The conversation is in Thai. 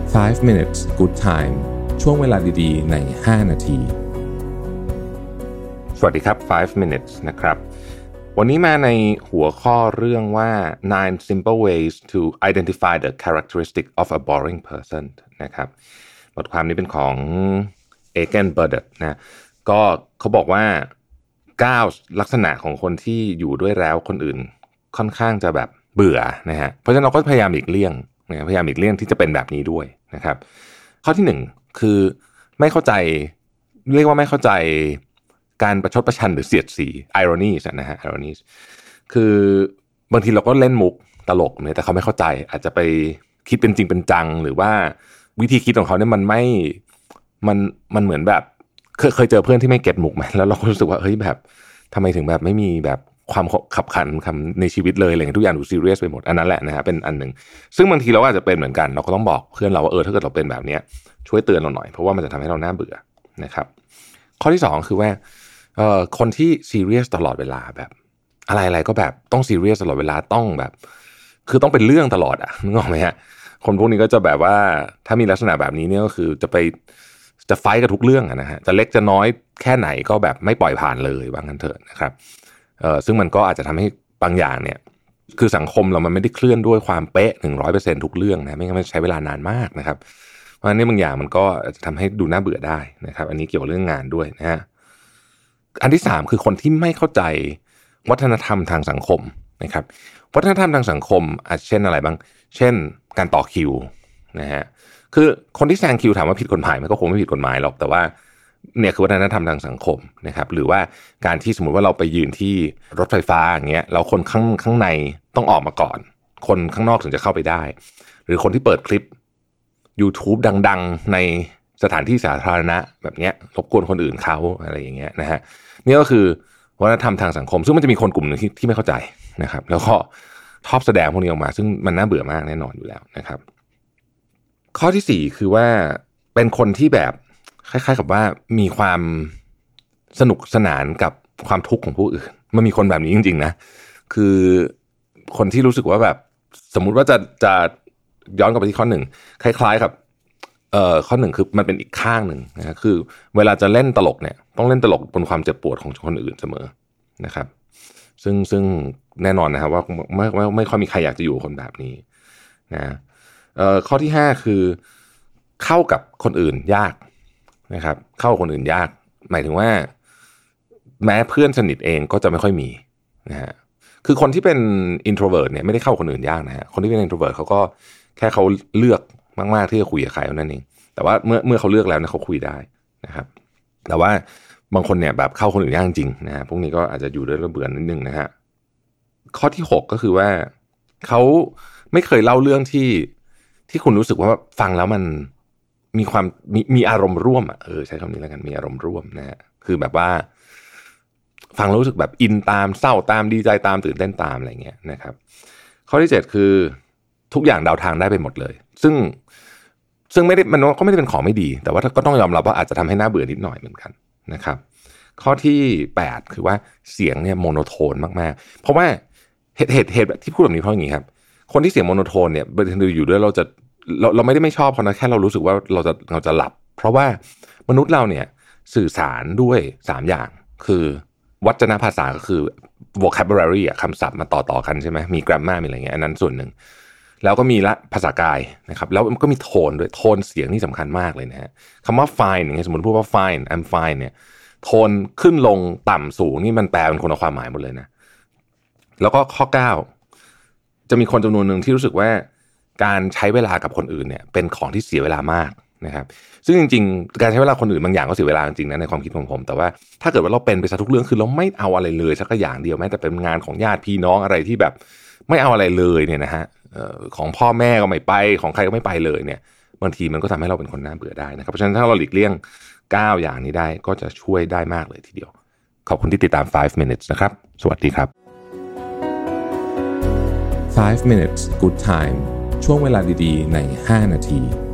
5 minutes good time ช่วงเวลาดีๆใน5นาทีสวัสดีครับ5 minutes นะครับวันนี้มาในหัวข้อเรื่องว่า 9 simple ways to identify the characteristic of a boring person นะครับบทความนี้เป็นของ Egan Burdett นะก็เขาบอกว่า9ลักษณะของคนที่อยู่ด้วยแล้วคนอื่นค่อนข้างจะแบบเบื่อนะฮะเพราะฉะนั้นเราก็พยายามหลีกเลี่ยงที่จะเป็นแบบนี้ด้วยนะครับข้อที่1คือไม่เข้าใจเรียกว่าไม่เข้าใจการประชดประชันหรือเสียดสี ironies นะฮะ ironies คือบางทีเราก็เล่นมุกตลกเนี่ยแต่เขาไม่เข้าใจอาจจะไปคิดเป็นจริงเป็นจังหรือว่าวิธีคิดของเขาเนี่ยมันไม่มันเหมือนแบบเคยเจอเพื่อนที่ไม่เก็ตมุกไหมแล้วเราก็รู้สึกว่าเฮ้ยแบบทำไมถึงแบบไม่มีแบบความขับขันคำในชีวิตเลยอะไรเงี้ยทุกอย่างดูซีเรียสไปหมดอันนั้นแหละนะฮะเป็นอันหนึ่งซึ่งบางทีเราก็อาจจะเป็นเหมือนกันเราก็ต้องบอกเพื่อนเราว่าถ้าเกิดเราเป็นแบบนี้ช่วยเตือนเราหน่อยเพราะว่ามันจะทำให้เราน่าเบื่อนะครับข้อที่2คือว่าคนที่ซีเรียสตลอดเวลาแบบอะไรก็แบบต้องซีเรียสตลอดเวลาต้องแบบคือต้องเป็นเรื่องตลอดอ่ะนึกออกไหมฮะคนพวกนี้ก็จะแบบว่าถ้ามีลักษณะแบบนี้เนี่ยก็คือจะไฟท์กับทุกเรื่องนะฮะจะเล็กจะน้อยแค่ไหนก็แบบไม่ปล่อยผ่านเลยว่างั้นเถอะนะครับซึ่งมันก็อาจจะทำให้บางอย่างเนี่ยคือสังคมเรามันไม่ได้เคลื่อนด้วยความเป๊ะ 100% ทุกเรื่องนะไม่งั้นมันใช้เวลานานมากนะครับเพราะฉะนั้นบางอย่างมันก็จะทำให้ดูน่าเบื่อได้นะครับอันนี้เกี่ยวกับเรื่องงานด้วยนะฮะอันที่3คือคนที่ไม่เข้าใจวัฒนธรรมทางสังคมนะครับวัฒนธรรมทางสังคมเช่นอะไรบ้างเช่นการต่อคิวนะฮะคือคนที่แซงคิวถามว่าผิดกฎหมายมันก็คงไม่ผิดกฎหมายหรอกแต่ว่าเนี่ยคือวัฒนธรรมทางสังคมนะครับหรือว่าการที่สมมุติว่าเราไปยืนที่รถไฟฟ้าอย่างเงี้ยแล้วคนข้างในต้องออกมาก่อนคนข้างนอกถึงจะเข้าไปได้หรือคนที่เปิดคลิป YouTube ดังๆในสถานที่สาธารณะแบบเนี้ยรบกวนคนอื่นเขาอะไรอย่างเงี้ยนะฮะนี่ก็คือวัฒนธรรมทางสังคมซึ่งมันจะมีคนกลุ่มนึงที่ไม่เข้าใจนะครับแล้วก็ชอบแสดงพวกนี้ออกมาซึ่งมันน่าเบื่อมากแน่นอนอยู่แล้วนะครับข้อที่4คือว่าเป็นคนที่แบบคล้ายๆกับว่ามีความสนุกสนานกับความทุกข์ของผู้อื่นมันมีคนแบบนี้จริงๆนะคือคนที่รู้สึกว่าแบบสมมุติว่าจะย้อนกลับไปที่ข้อ1คล้ายๆกับข้อ1คือมันเป็นอีกข้างหนึ่งนะคือเวลาจะเล่นตลกเนี่ยต้องเล่นตลกบนความเจ็บปวดของคนอื่นเสมอนะครับซึ่งแน่นอนนะครับว่าไม่ค่อยมีใครอยากจะอยู่กับคนแบบนี้นะข้อที่5คือเข้ากับคนอื่นยากนะครับเข้ากับคนอื่นยากหมายถึงว่าแม้เพื่อนสนิทเองก็จะไม่ค่อยมีนะฮะคือคนที่เป็น introvert เนี่ยไม่ได้เข้าคนอื่นยากนะฮะคนที่เป็น introvert เขาก็แค่เขาเลือกมากๆที่จะคุยกับใครนั่นเองแต่ว่าเมื่อเขาเลือกแล้วเนี่ยเขาคุยได้นะครับแต่ว่าบางคนเนี่ยแบบเข้าคนอื่นยากจริงๆนะฮะพวกนี้ก็อาจจะอยู่ด้วยระเบื่อนิดนึงนะฮะข้อที่6ก็คือว่าเขาไม่เคยเล่าเรื่องที่คุณรู้สึกว่าฟังแล้วมันมีความมีอารมณ์ร่วมใช้คำนี้แล้วกันมีอารมณ์ร่วมนะฮะคือแบบว่าฟังแล้วรู้สึกแบบอินตามเศร้าตามดีใจตามตื่นเต้นตามอะไรเงี้ยนะครับข้อที่7คือทุกอย่างเดาทางได้ไปหมดเลยซึ่งไม่ได้มันก็ไม่ได้เป็นของไม่ดีแต่ว่าก็ต้องยอมรับว่าอาจจะทำให้น่าเบื่อนิดหน่อยเหมือนกันนะครับข้อที่8คือว่าเสียงเนี่ยโมโนโทนมากๆเพราะว่าเหตุที่พูดแบบนี้เพราะอย่างนี้ครับคนที่เสียงโมโนโทนเนี่ยบางทีอยู่ด้วยเราไม่ได้ไม่ชอบเขานะแค่เรารู้สึกว่าเราจะหลับเพราะว่ามนุษย์เราเนี่ยสื่อสารด้วย3อย่างคือวจนภาษาก็คือ vocabulary คำศัพท์มาต่อกันใช่ไหมมี grammar มีอะไรเงี้ยอันนั้นส่วนหนึ่งแล้วก็มีละภาษากายนะครับแล้วมันก็มีโทนด้วยโทนเสียงนี่สำคัญมากเลยนะฮะคำว่า fine อย่างเงี้ยสมมติพูดว่า fine I'm fine เนี่ยโทนขึ้นลงต่ำสูงนี่มันแปลเป็นคนละความหมายหมดเลยนะแล้วก็ข้อ9จะมีคนจำนวนหนึ่งที่รู้สึกว่าการใช้เวลากับคนอื่นเนี่ยเป็นของที่เสียเวลามากนะครับซึ่งจริงๆการใช้เวลาคนอื่นบางอย่างก็เสียเวลาจริงๆนะในความคิดของผมแต่ว่าถ้าเกิดว่าเราเป็นไปซะทุกเรื่องคือเราไม่เอาอะไรเลยสักอย่างเดียวแม้แต่เป็นงานของญาติพี่น้องอะไรที่แบบไม่เอาอะไรเลยเนี่ยนะฮะของพ่อแม่ก็ไม่ไปของใครก็ไม่ไปเลยเนี่ยบางทีมันก็ทำให้เราเป็นคนน่าเบื่อได้นะครับเพราะฉะนั้นถ้าเราหลีกเลี่ยง9อย่างนี้ได้ก็จะช่วยได้มากเลยทีเดียวขอบคุณที่ติดตาม5 minutes นะครับสวัสดีครับ5 minutes good time ช่วงเวลาดีๆใน5นาที